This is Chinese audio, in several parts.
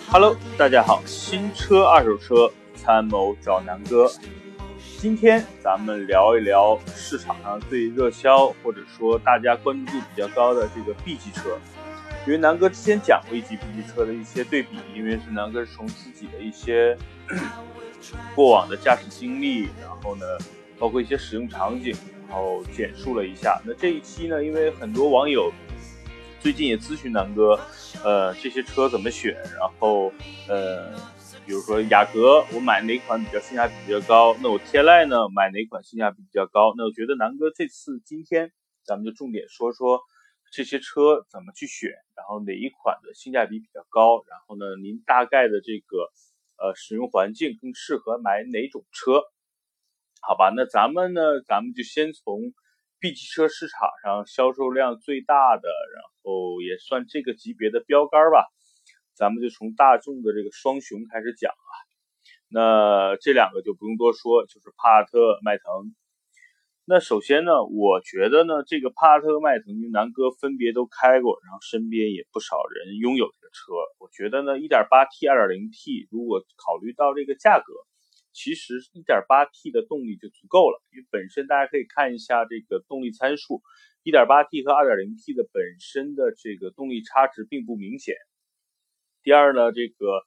Hello， 大家好，新车二手车参谋找南哥。今天咱们聊一聊市场上最热销或者说大家关注度比较高的这个 B 级车。因为南哥之前讲过一集 B 级车的一些对比，因为是南哥是从自己的一些过往的驾驶经历，然后呢包括一些使用场景，然后简述了一下。那这一期呢，因为很多网友最近也咨询南哥这些车怎么选，然后比如说雅阁我买哪款比较性价比比较高，那我天籁呢买哪款性价比比较高。那我觉得南哥今天咱们就重点说说这些车怎么去选，然后哪一款的性价比比较高，然后呢您大概的这个使用环境更适合买哪种车。好吧，那咱们就先从 B 级车市场上销售量最大的，然后也算这个级别的标杆吧，咱们就从大众的这个双雄开始讲啊。那这两个就不用多说，就是帕萨特、迈腾。那首先呢，我觉得呢，这个帕萨特、迈腾南哥分别都开过，然后身边也不少人拥有这个车。我觉得呢 1.8T、2.0T 如果考虑到这个价格，其实 1.8T 的动力就足够了，因为本身大家可以看一下这个动力参数， 1.8T 和 2.0T 的本身的这个动力差值并不明显。第二呢，这个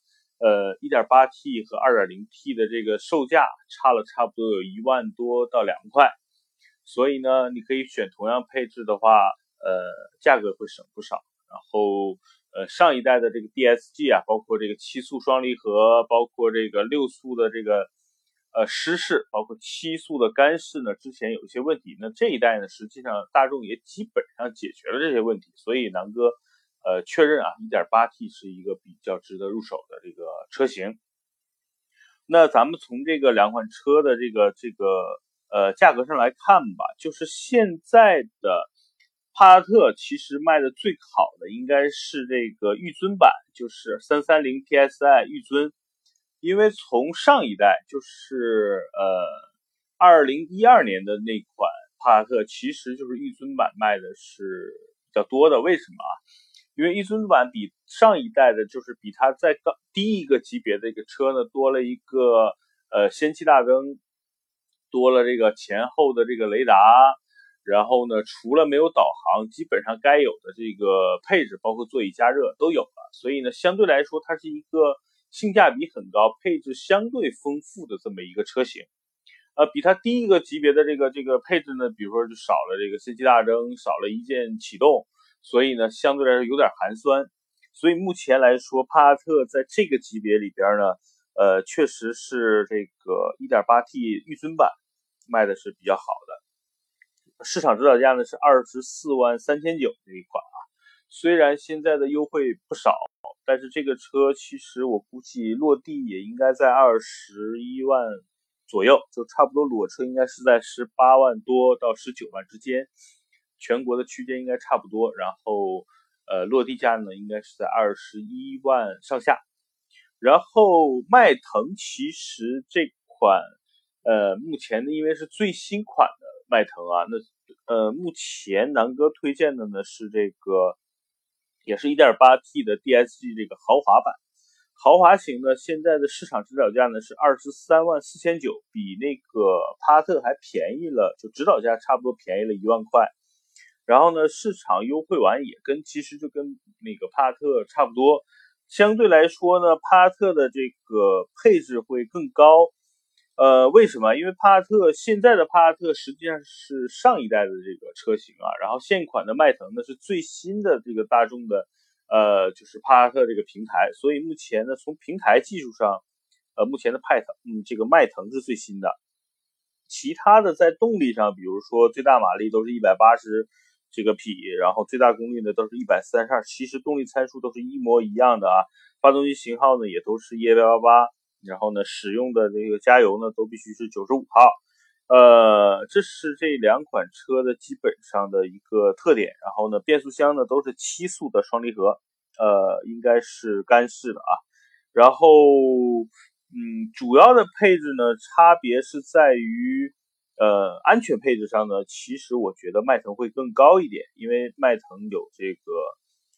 1.8T 和 2.0T 的这个售价差不多有1万多到2万块，所以呢你可以选同样配置的话价格会省不少。然后上一代的这个 DSG 啊，包括这个7速双离合，包括这个6速的这个湿式，包括7速的干式呢，之前有一些问题。那这一代呢，实际上大众也基本上解决了这些问题，所以南哥确认啊 1.8T 是一个比较值得入手的这个车型。那咱们从这个两款车的这个价格上来看吧，就是现在的帕萨特其实卖的最好的应该是这个御尊版，就是330 TSI 御尊。因为从上一代就是2012年的那款帕萨特，其实就是御尊版卖的是比较多的。为什么啊？因为御尊版比上一代的，就是比它在低一个级别的一个车呢，多了一个氙气大灯，多了这个前后的这个雷达，然后呢除了没有导航，基本上该有的这个配置包括座椅加热都有了，所以呢相对来说它是一个性价比很高，配置相对丰富的这么一个车型。比它低一个级别的这个配置呢，比如说就少了这个氙气大灯，少了一键启动，所以呢相对来说有点寒酸。所以目前来说帕萨特在这个级别里边呢确实是这个 1.8T 御尊版卖的是比较好的。市场指导价呢是24万3900这一款啊，虽然现在的优惠不少，但是这个车其实我估计落地也应该在21万左右，就差不多裸车应该是在18万多到19万之间，全国的区间应该差不多。然后落地价呢应该是在21万上下。然后迈腾其实这款目前呢因为是最新款的迈腾啊，那目前南哥推荐的呢是这个也是 1.8T 的 DSG 这个豪华版。豪华型呢现在的市场指导价呢是23万4900，比那个帕萨特还便宜了，就指导价差不多便宜了1万块。然后呢市场优惠完也其实就跟那个帕萨特差不多。相对来说呢帕萨特的这个配置会更高。为什么？因为现在的帕萨特实际上是上一代的这个车型啊，然后现款的迈腾呢是最新的这个大众的就是帕萨特这个平台，所以目前呢从平台技术上目前的这个迈腾是最新的。其他的在动力上，比如说最大马力都是180这个匹，然后最大功率呢都是132，其实动力参数都是一模一样的啊。发动机型号呢也都是188，然后呢使用的这个加油呢都必须是95号。这是这两款车的基本上的一个特点。然后呢变速箱呢都是7速的双离合，应该是干式的啊。然后主要的配置呢差别是在于安全配置上呢，其实我觉得迈腾会更高一点，因为迈腾有这个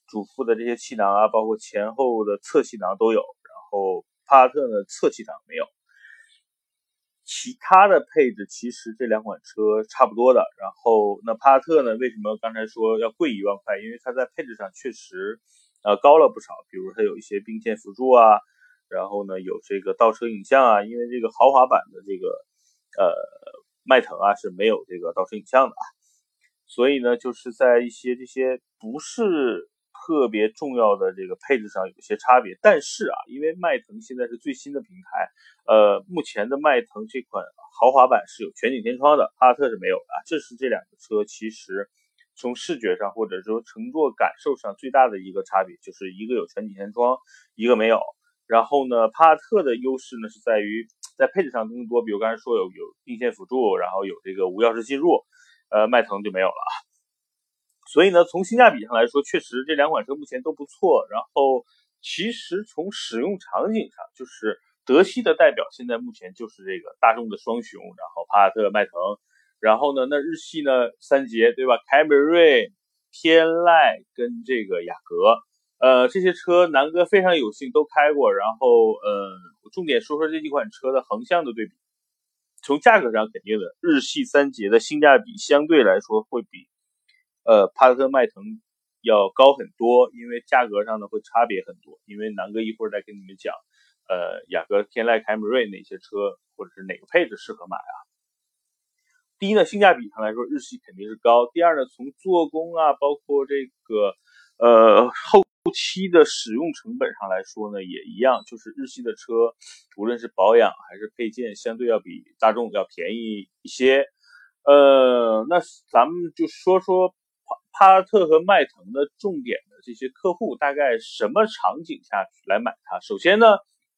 主副的这些气囊啊，包括前后的侧气囊都有，然后帕萨特呢侧气囊没有。其他的配置其实这两款车差不多的，然后那帕萨特呢，为什么刚才说要贵1万块？因为它在配置上确实高了不少，比如它有一些并线辅助啊，然后呢有这个倒车影像啊，因为这个豪华版的这个迈腾啊是没有这个倒车影像的啊，所以呢就是在一些这些不是特别重要的这个配置上有些差别，但是啊，因为迈腾现在是最新的平台，目前的迈腾这款豪华版是有全景天窗的，帕萨特是没有的，这是这两个车其实从视觉上或者说乘坐感受上最大的一个差别，就是一个有全景天窗，一个没有。然后呢，帕萨特的优势呢是在于在配置上更多，比如刚才说有并线辅助，然后有这个无钥匙进入，迈腾就没有了啊。所以呢，从性价比上来说，确实这两款车目前都不错。然后，其实从使用场景上，就是德系的代表，现在目前就是这个大众的双雄，然后帕萨特、迈腾。然后呢，那日系呢三杰，对吧？凯美瑞、天籁跟这个雅阁，这些车南哥非常有幸都开过。然后，我重点说说这几款车的横向的对比。从价格上肯定的，日系三杰的性价比相对来说会比帕萨特、迈腾要高很多，因为价格上呢会差别很多。因为南哥一会儿再跟你们讲，雅阁、天籁、凯美瑞哪些车或者是哪个配置适合买啊？第一呢，性价比上来说，日系肯定是高。第二呢，从做工啊，包括这个后期的使用成本上来说呢，也一样，就是日系的车，无论是保养还是配件，相对要比大众要便宜一些。那咱们就说说帕萨特和迈腾的重点的这些客户，大概什么场景下来买它？首先呢，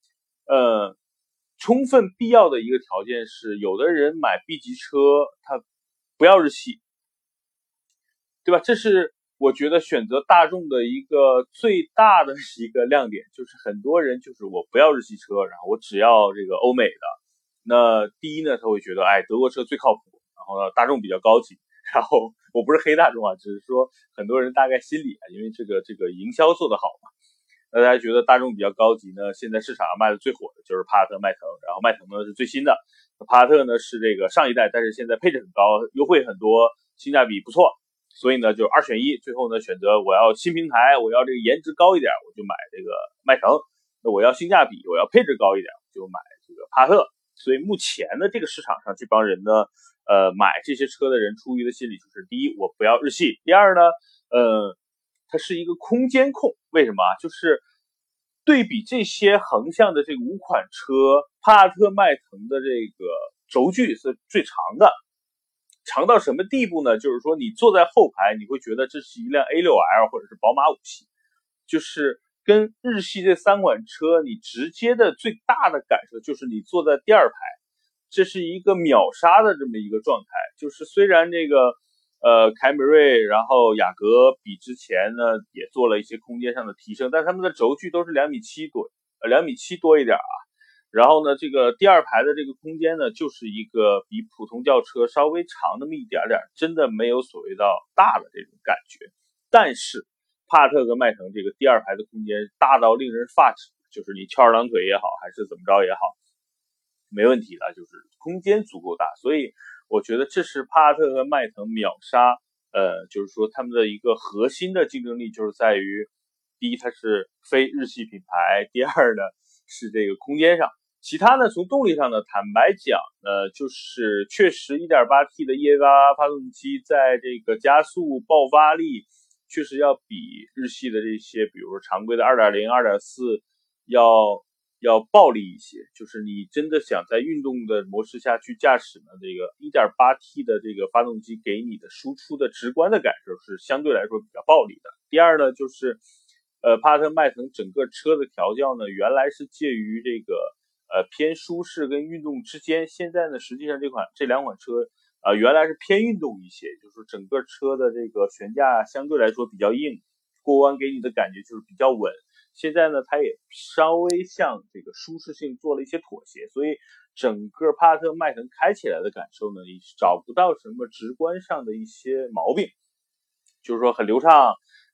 充分必要的一个条件是，有的人买 B 级车，他不要日系，对吧？这是我觉得选择大众的一个最大的一个亮点，就是很多人就是我不要日系车，然后我只要这个欧美的。那第一呢，他会觉得，哎，德国车最靠谱，然后呢，大众比较高级。然后我不是黑大众啊，只是说很多人大概心里啊，因为这个营销做得好嘛。那大家觉得大众比较高级呢，现在市场上卖的最火的就是帕萨特、迈腾，然后迈腾呢是最新的，帕萨特呢是这个上一代，但是现在配置很高，优惠很多，性价比不错，所以呢就二选一，最后呢选择我要新平台，我要这个颜值高一点，我就买这个迈腾；那我要性价比，我要配置高一点，我就买这个帕萨特。所以目前的这个市场上，这帮人呢，买这些车的人出于的心理就是：第一，我不要日系；第二呢，它是一个空间控。为什么啊？就是对比这些横向的这5款车，帕萨特、迈腾的这个轴距是最长的，长到什么地步呢？就是说你坐在后排，你会觉得这是一辆 A6L 或者是宝马5系，就是跟日系这3款车，你直接的最大的感受就是你坐在第2排，这是一个秒杀的这么一个状态。就是虽然这个凯美瑞，然后雅阁比之前呢也做了一些空间上的提升，但他们的轴距都是2.7米多，2.7米多一点啊。然后呢，这个第2排的这个空间呢，就是一个比普通轿车稍微长那么一点点，真的没有所谓到大的这种感觉。但是帕萨特跟迈腾这个第2排的空间大到令人发指，就是你翘二郎腿也好，还是怎么着也好，没问题的，就是空间足够大。所以我觉得这是帕萨特和迈腾秒杀，就是说他们的一个核心的竞争力就是在于，第一它是非日系品牌，第二呢是这个空间上。其他呢，从动力上呢，坦白讲就是确实 1.8T 的1.8发动机在这个加速爆发力确实要比日系的这些，比如说常规的2.0、2.4要暴力一些。就是你真的想在运动的模式下去驾驶呢，这个 1.8T 的这个发动机给你的输出的直观的感受是相对来说比较暴力的。第二呢，就是帕萨特、迈腾整个车的调教呢，原来是介于这个偏舒适跟运动之间，现在呢实际上这两款车原来是偏运动一些，就是说整个车的这个悬架相对来说比较硬，过弯给你的感觉就是比较稳。现在呢，它也稍微向这个舒适性做了一些妥协，所以整个帕萨特、迈腾开起来的感受呢，你找不到什么直观上的一些毛病，就是说很流畅，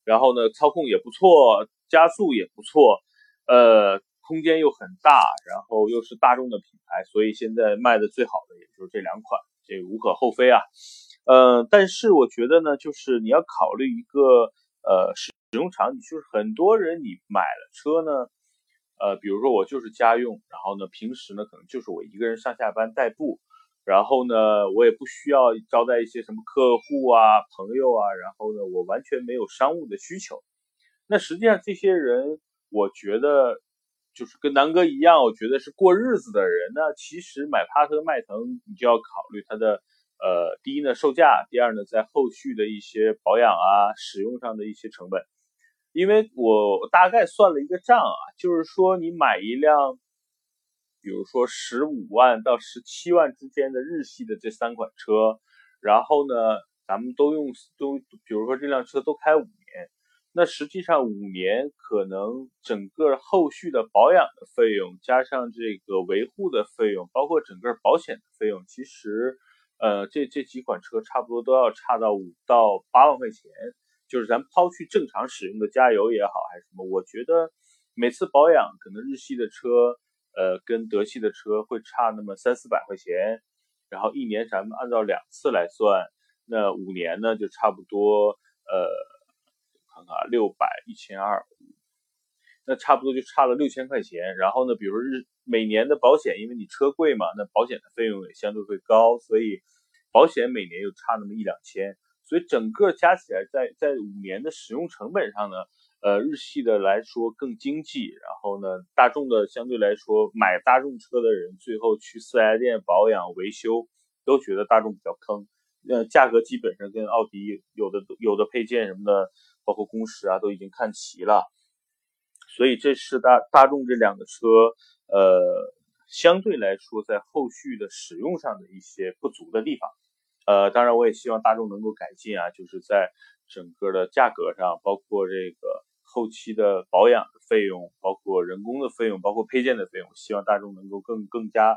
然后呢操控也不错，加速也不错，空间又很大，然后又是大众的品牌，所以现在卖的最好的也就是这两款，这个无可厚非啊。但是我觉得呢，就是你要考虑一个使用场景，就是很多人你买了车呢，比如说我就是家用，然后呢平时呢可能就是我一个人上下班代步，然后呢我也不需要招待一些什么客户啊、朋友啊，然后呢我完全没有商务的需求。那实际上这些人，我觉得就是跟南哥一样，我觉得是过日子的人呢。其实买帕萨特、迈腾，你就要考虑它的第一呢售价，第二呢在后续的一些保养啊、使用上的一些成本。因为我大概算了一个账啊，就是说你买一辆，比如说15万到17万之间的日系的这三款车，然后呢，咱们比如说这辆车都开5年，那实际上5年可能整个后续的保养的费用，加上这个维护的费用，包括整个保险的费用，其实，这几款车差不多都要差到5到8万块钱。就是咱抛去正常使用的加油也好还是什么，我觉得每次保养可能日系的车，跟德系的车会差那么300-400块钱，然后一年咱们按照2次来算，那5年呢就差不多，看看600、1200，那差不多就差了6000块钱。然后呢，比如说每年的保险，因为你车贵嘛，那保险的费用也相对会高，所以保险每年又差那么1-2千。所以整个加起来在5年的使用成本上呢，日系的来说更经济，然后呢，大众的相对来说买大众车的人最后去4S店保养维修都觉得大众比较坑，价格基本上跟奥迪有的配件什么的，包括工时啊都已经看齐了。所以这是大众这两个车，相对来说在后续的使用上的一些不足的地方。当然我也希望大众能够改进啊，就是在整个的价格上，包括这个后期的保养的费用，包括人工的费用，包括配件的费用，希望大众能够更加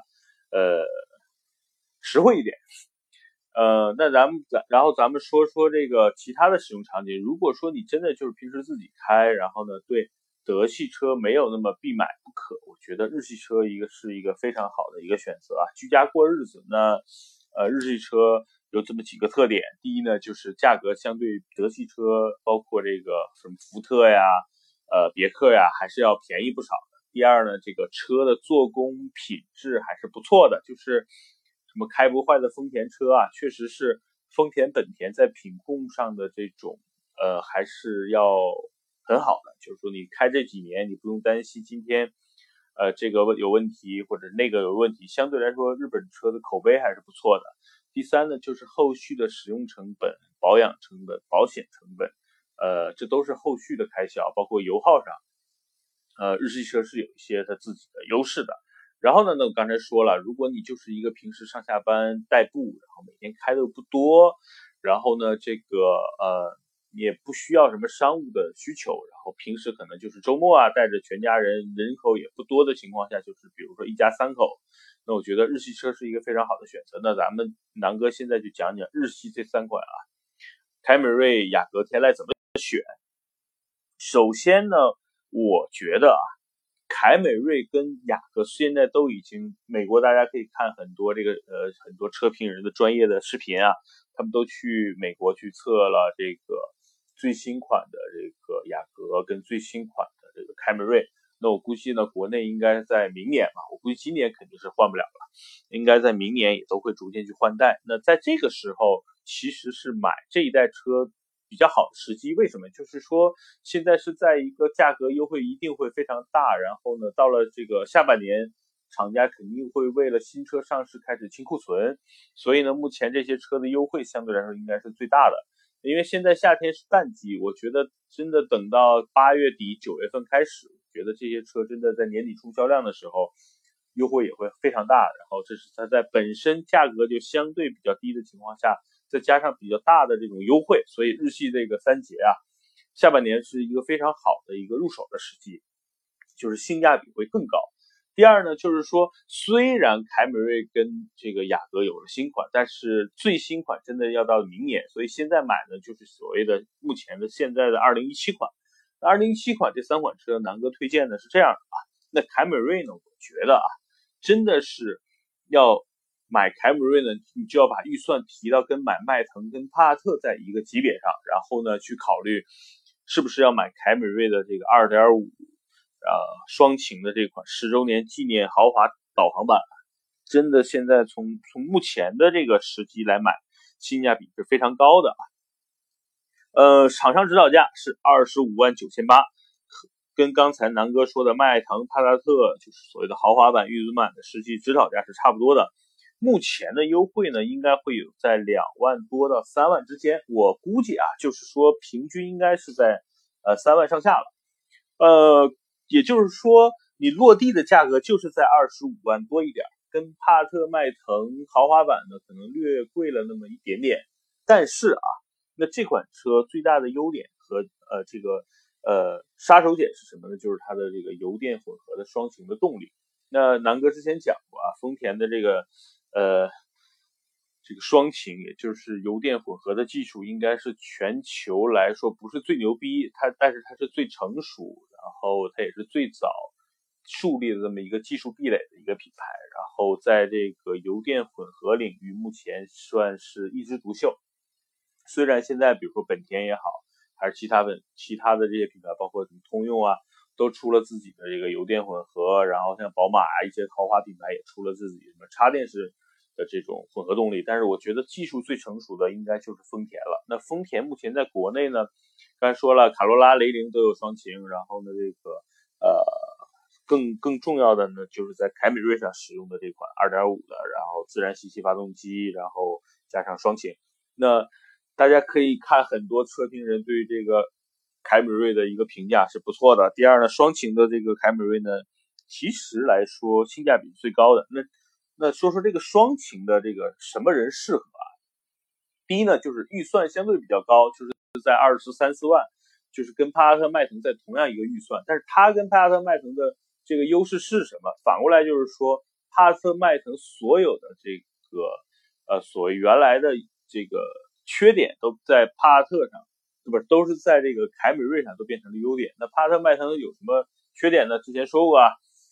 实惠一点。那然后咱们说说这个其他的使用场景。如果说你真的就是平时自己开，然后呢对德系车没有那么必买不可，我觉得日系车是一个非常好的一个选择啊。居家过日子呢，日系车有这么几个特点。第一呢，就是价格相对德系车，包括这个什么福特呀、别克呀，还是要便宜不少的。第二呢，这个车的做工品质还是不错的，就是什么开不坏的丰田车啊，确实是丰田、本田在品控上的这种还是要很好的，就是说你开这几年你不用担心今天这个有问题或者那个有问题，相对来说日本车的口碑还是不错的。第三呢，就是后续的使用成本、保养成本、保险成本，这都是后续的开销，包括油耗上，日系车是有一些它自己的优势的。然后呢，我刚才说了，如果你就是一个平时上下班代步，然后每天开的不多，然后呢，这个你也不需要什么商务的需求，然后平时可能就是周末啊，带着全家人，人口也不多的情况下，就是比如说一家3口，那我觉得日系车是一个非常好的选择。那咱们南哥现在就讲讲日系这3款啊，凯美瑞、雅阁、天籁怎么选。首先呢，我觉得啊，凯美瑞跟雅阁现在都已经，美国大家可以看很多很多车评人的专业的视频啊，他们都去美国去测了这个最新款的这个雅阁跟最新款的这个凯美瑞。那我估计呢，国内应该在明年吧，我估计今年肯定是换不了了，应该在明年也都会逐渐去换代。那在这个时候，其实是买这一代车比较好的时机。为什么？就是说现在是在一个价格优惠一定会非常大，然后呢，到了这个下半年，厂家肯定会为了新车上市开始清库存，所以呢，目前这些车的优惠相对来说应该是最大的。因为现在夏天是淡季，我觉得真的等到8月底9月份开始，我觉得这些车真的在年底出销量的时候，优惠也会非常大。然后这是它在本身价格就相对比较低的情况下，再加上比较大的这种优惠，所以日系这个3节啊，下半年是一个非常好的一个入手的时机，就是性价比会更高。 第二呢，就是说虽然凯美瑞跟这个雅阁有了新款，但是最新款真的要到明年，所以现在买呢就是所谓的目前的现在的2017款。2017款这3款车，南哥推荐的是这样的啊。那凯美瑞呢，我觉得啊，真的是要买凯美瑞呢，你就要把预算提到跟买迈腾跟帕萨特在一个级别上，然后呢去考虑是不是要买凯美瑞的这个2.5双擎的这款10周年纪念豪华导航版。真的现在从目前的这个时机来买，性价比是非常高的啊。厂商指导价是25.98万，跟刚才南哥说的迈腾、帕萨特就是所谓的豪华版、预尊版的实际指导价是差不多的。目前的优惠呢，应该会有在2万多到3万之间，我估计啊，就是说平均应该是在3万上下了。也就是说你落地的价格就是在25万多一点，跟帕萨特、迈腾豪华版呢可能略贵了那么一点点。但是啊，那这款车最大的优点和这个杀手锏是什么呢？就是它的这个油电混合的双擎的动力。那南哥之前讲过啊，丰田的这个双擎，也就是油电混合的技术，应该是全球来说不是最牛逼，但是它是最成熟，然后它也是最早树立的这么一个技术壁垒的一个品牌，然后在这个油电混合领域目前算是一枝独秀。虽然现在比如说本田也好，还是其他的这些品牌，包括什么通用啊，都出了自己的这个油电混合，然后像宝马啊一些豪华品牌也出了自己什么插电式的这种混合动力，但是我觉得技术最成熟的应该就是丰田了。那丰田目前在国内呢，刚才说了，卡罗拉、雷凌都有双擎，然后呢这个更重要的呢，就是在凯美瑞上使用的这款2.5的，然后自然吸气发动机，然后加上双擎。那大家可以看很多车评人对这个凯美瑞的一个评价是不错的。第二呢，双擎的这个凯美瑞呢，其实来说性价比最高的。那说说这个双擎的这个什么人适合啊？第一呢，就是预算相对比较高，就是在23、4万，就是跟帕萨特、迈腾在同样一个预算。但是它跟帕萨特、迈腾的这个优势是什么？反过来就是说，帕萨特、迈腾所有的这个所谓原来的这个缺点都在帕萨特上，不是都是在这个凯美瑞上都变成了优点。那帕萨特、迈腾有什么缺点呢？之前说过啊，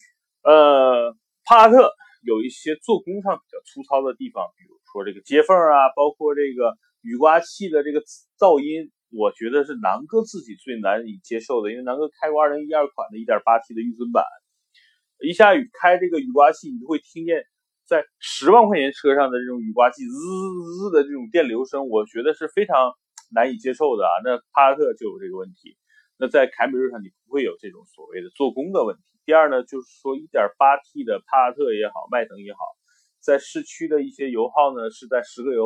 帕萨特有一些做工上比较粗糙的地方，比如说这个接缝啊，包括这个雨刮器的这个噪音，我觉得是南哥自己最难以接受的，因为南哥开过2012款的 1.8T 的预尊版，一下雨开这个雨刮器，你就会听见在10万块钱车上的这种雨刮器滋滋的这种电流声，我觉得是非常难以接受的啊。那帕萨特就有这个问题，那在凯美瑞上你不会有这种所谓的做工的问题。第二呢，就是说 1.8T 的帕萨特也好，迈腾也好，在市区的一些油耗呢是在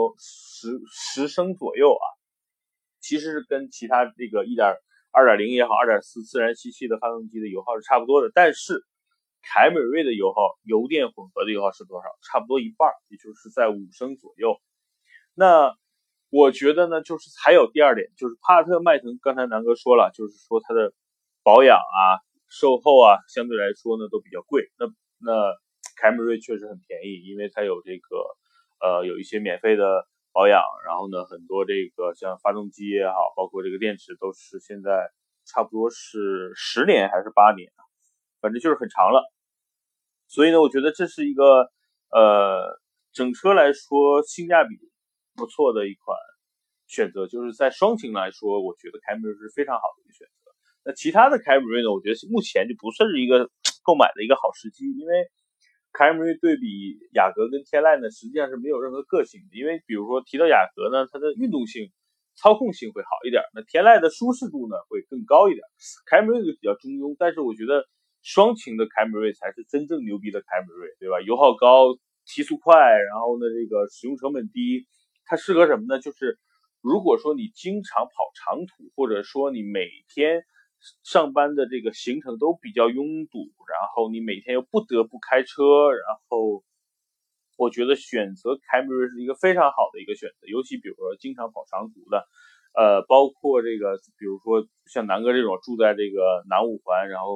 10升左右啊，其实是跟其他这个2.0也好，2.4自然吸气的发动机的油耗是差不多的。但是凯美瑞的油耗，油电混合的油耗是多少？差不多一半，也就是在5升左右。那我觉得呢，就是还有第二点，就是帕萨特、迈腾，刚才南哥说了，就是说它的保养啊、售后啊，相对来说呢都比较贵。那凯美瑞确实很便宜，因为它有这个有一些免费的保养，然后呢很多这个像发动机也好，包括这个电池都是现在差不多是10年还是8年啊，反正就是很长了。所以呢，我觉得这是一个整车来说性价比不错的一款选择，就是在双擎来说，我觉得凯美瑞是非常好的一个选择。那其他的凯美瑞呢，我觉得目前就不算是一个购买的一个好时机，因为凯美瑞对比雅阁跟天籁呢，实际上是没有任何个性的。因为比如说提到雅阁呢，它的运动性、操控性会好一点，那天籁的舒适度呢会更高一点，凯美瑞就比较中庸。但是我觉得双擎的凯美瑞才是真正牛逼的凯美瑞，对吧？油耗高，提速快，然后呢这个使用成本低，它适合什么呢？就是如果说你经常跑长途，或者说你每天上班的这个行程都比较拥堵，然后你每天又不得不开车，然后我觉得选择凯美瑞是一个非常好的一个选择，尤其比如说经常跑长途的，包括这个比如说像南哥这种住在这个南五环，然后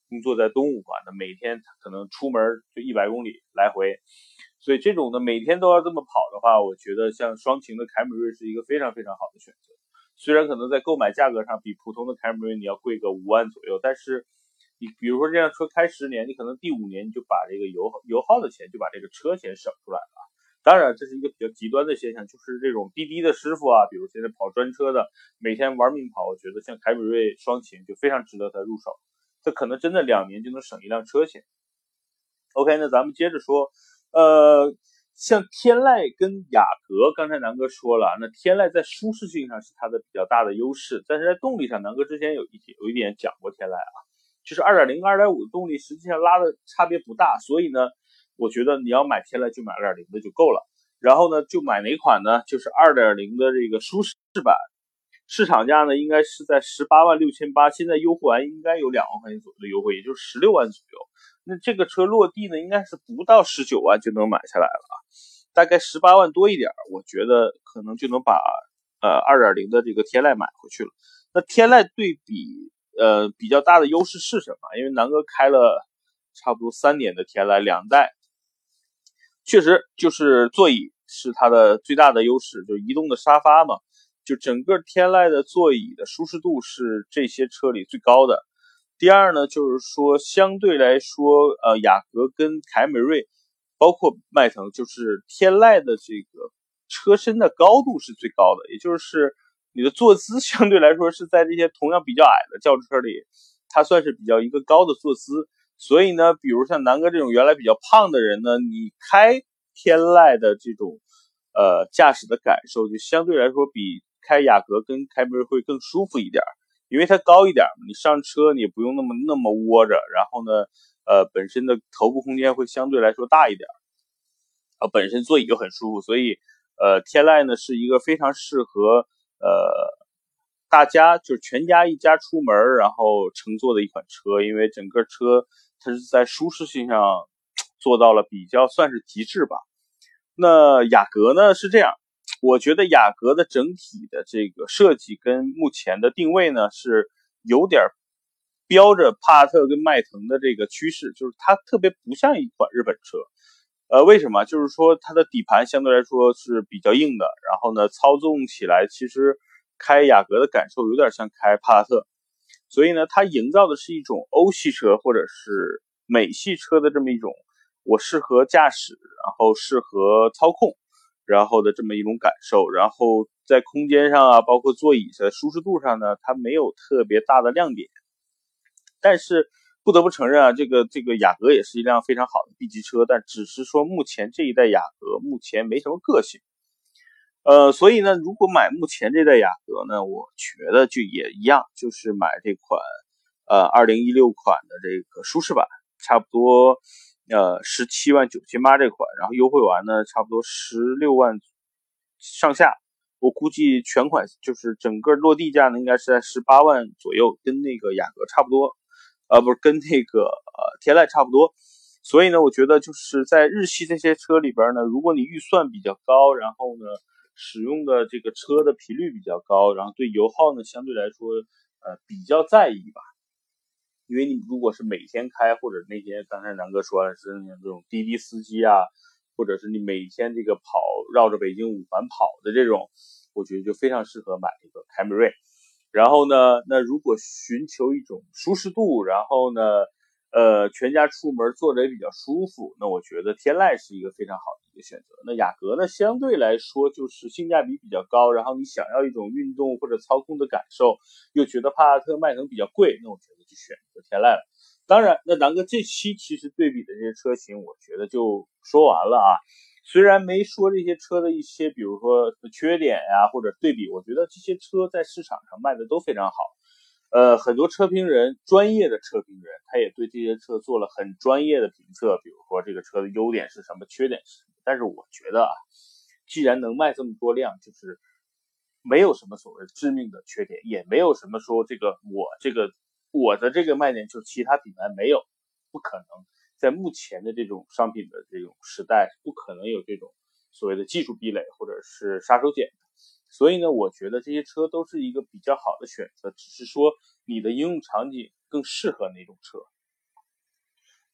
工作在东五环的，每天可能出门就100公里来回，所以这种呢每天都要这么跑的话，我觉得像双擎的凯美瑞是一个非常非常好的选择。虽然可能在购买价格上比普通的凯美瑞你要贵个5万左右，但是你比如说这辆车开10年，你可能第5年你就把这个油耗的钱就把这个车钱省出来了。当然这是一个比较极端的现象，就是这种滴滴的师傅啊，比如现在跑专车的，每天玩命跑，我觉得像凯美瑞双擎就非常值得他入手，这可能真的2年就能省一辆车钱。OK，那咱们接着说，像天籁跟雅阁，刚才南哥说了，那天籁在舒适性上是它的比较大的优势，但是在动力上，南哥之前有一点讲过天籁啊，就是2.0跟2.5的动力实际上拉的差别不大，所以呢，我觉得你要买天籁就买2.0的就够了。然后呢，就买哪款呢？就是2.0的这个舒适版，市场价呢应该是在18.68万，现在优惠完应该有2万块钱左右的优惠，也就是16万左右。那这个车落地呢，应该是不到19万就能买下来了啊，大概18万多一点，我觉得可能就能把2.0的这个天籁买回去了。那天籁对比比较大的优势是什么？因为南哥开了差不多3年的天籁2代，确实就是座椅是它的最大的优势，就是移动的沙发嘛，就整个天籁的座椅的舒适度是这些车里最高的。第二呢，就是说相对来说，雅阁跟凯美瑞，包括迈腾，就是天籁的这个车身的高度是最高的，也就是你的坐姿相对来说是在这些同样比较矮的轿车里，它算是比较一个高的坐姿。所以呢，比如像南哥这种原来比较胖的人呢，你开天籁的这种驾驶的感受，就相对来说比开雅阁跟凯美瑞会更舒服一点。因为它高一点，你上车你也不用那么窝着，然后呢，本身的头部空间会相对来说大一点，本身座椅就很舒服，所以天籁呢是一个非常适合大家就是全家一家出门然后乘坐的一款车，因为整个车它是在舒适性上做到了比较算是极致吧。那雅阁呢是这样。我觉得雅阁的整体的这个设计跟目前的定位呢是有点标着帕萨特跟迈腾的这个趋势，就是它特别不像一款日本车。为什么？就是说它的底盘相对来说是比较硬的，然后呢操纵起来其实开雅阁的感受有点像开帕萨特，所以呢它营造的是一种欧系车或者是美系车的这么一种我适合驾驶，然后适合操控，然后的这么一种感受。然后在空间上啊，包括座椅的舒适度上呢，它没有特别大的亮点。但是不得不承认啊，这个雅阁也是一辆非常好的 B 级车，但只是说目前这一代雅阁目前没什么个性。所以呢，如果买目前这代雅阁呢，我觉得就也一样，就是买这款2016款的这个舒适版，差不多17.998万这款，然后优惠完呢，差不多16万上下。我估计全款就是整个落地价呢，应该是在18万左右，跟那个雅阁差不多，不是跟那个天籁差不多。所以呢，我觉得就是在日系这些车里边呢，如果你预算比较高，然后呢使用的这个车的频率比较高，然后对油耗呢相对来说比较在意吧。因为你如果是每天开，或者那些刚才南哥说的是这种滴滴司机啊，或者是你每天这个跑绕着北京5环跑的这种，我觉得就非常适合买这个凯美瑞。然后呢，那如果寻求一种舒适度，然后呢全家出门坐着也比较舒服，那我觉得天籁是一个非常好的一个选择。那雅阁呢，相对来说就是性价比比较高，然后你想要一种运动或者操控的感受，又觉得帕萨特迈腾比较贵，那我觉得就选择天籁了。当然，那南哥这期其实对比的这些车型，我觉得就说完了啊。虽然没说这些车的一些，比如说缺点呀，或者对比，我觉得这些车在市场上卖的都非常好。很多车评人，专业的车评人，他也对这些车做了很专业的评测，比如说这个车的优点是什么，缺点是什么。但是我觉得啊，既然能卖这么多辆，就是没有什么所谓致命的缺点，也没有什么说我的这个卖点就其他品牌没有，不可能。在目前的这种商品的这种时代，不可能有这种所谓的技术壁垒或者是杀手锏。所以呢，我觉得这些车都是一个比较好的选择，只是说你的应用场景更适合哪种车。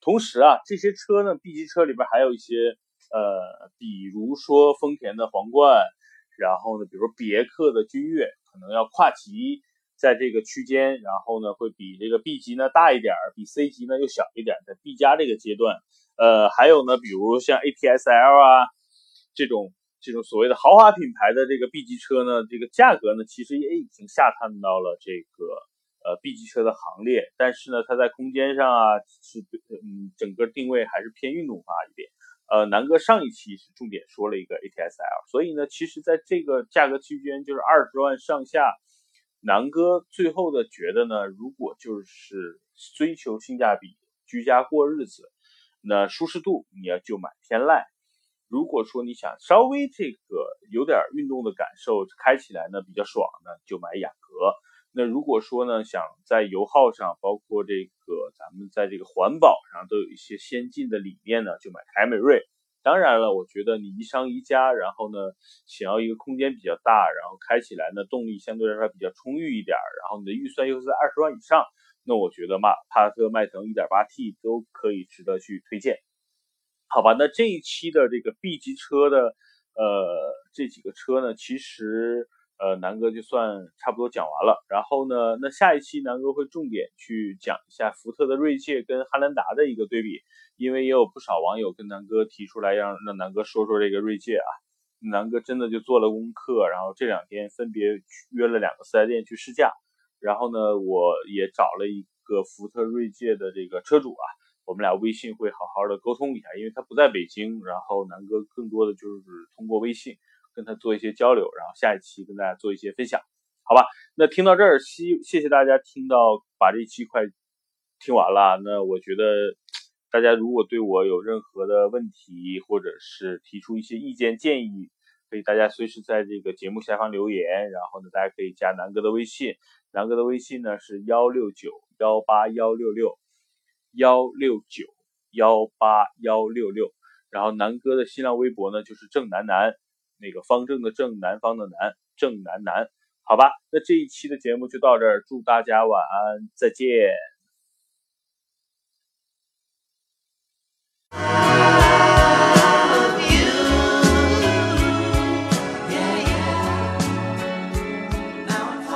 同时啊，这些车呢 B 级车里边还有一些比如说丰田的皇冠，然后呢比如别克的君越，可能要跨级在这个区间，然后呢会比这个 B 级呢大一点，比 C 级呢又小一点，在 B 加这个阶段。还有呢比如像 ATS-L 啊这种所谓的豪华品牌的这个 B 级车呢，这个价格呢其实也已经下探到了这个B 级车的行列，但是呢它在空间上啊是整个定位还是偏运动化一点。南哥上一期是重点说了一个 ATS-L， 所以呢其实在这个价格区间就是20万上下，南哥最后的觉得呢，如果就是追求性价比，居家过日子，那舒适度你要就买天籁。如果说你想稍微这个有点运动的感受，开起来呢比较爽呢，就买雅阁。那如果说呢想在油耗上，包括这个咱们在这个环保上都有一些先进的理念呢，就买凯美瑞。当然了，我觉得你一商一家，然后呢想要一个空间比较大，然后开起来呢动力相对来说比较充裕一点，然后你的预算又是在20万以上，那我觉得帕萨特、迈腾 1.8T 都可以值得去推荐。好吧，那这一期的这个 B 级车的这几个车呢，其实南哥就算差不多讲完了。然后呢，那下一期南哥会重点去讲一下福特的锐界跟汉兰达的一个对比，因为也有不少网友跟南哥提出来让南哥说说这个锐界啊。南哥真的就做了功课，然后这2天分别约了2个4S店去试驾，然后呢，我也找了一个福特锐界的这个车主啊。我们俩微信会好好的沟通一下，因为他不在北京，然后南哥更多的就是通过微信跟他做一些交流，然后下一期跟大家做一些分享，好吧？那听到这儿，谢谢大家听到把这一期快听完了。那我觉得大家如果对我有任何的问题，或者是提出一些意见建议，可以大家随时在这个节目下方留言，然后呢，大家可以加南哥的微信，南哥的微信呢是169181166。169181166，然后南哥的新浪微博呢就是正南南，那个方正的正，南方的南，正南南，好吧，那这一期的节目就到这儿，祝大家晚安，再见。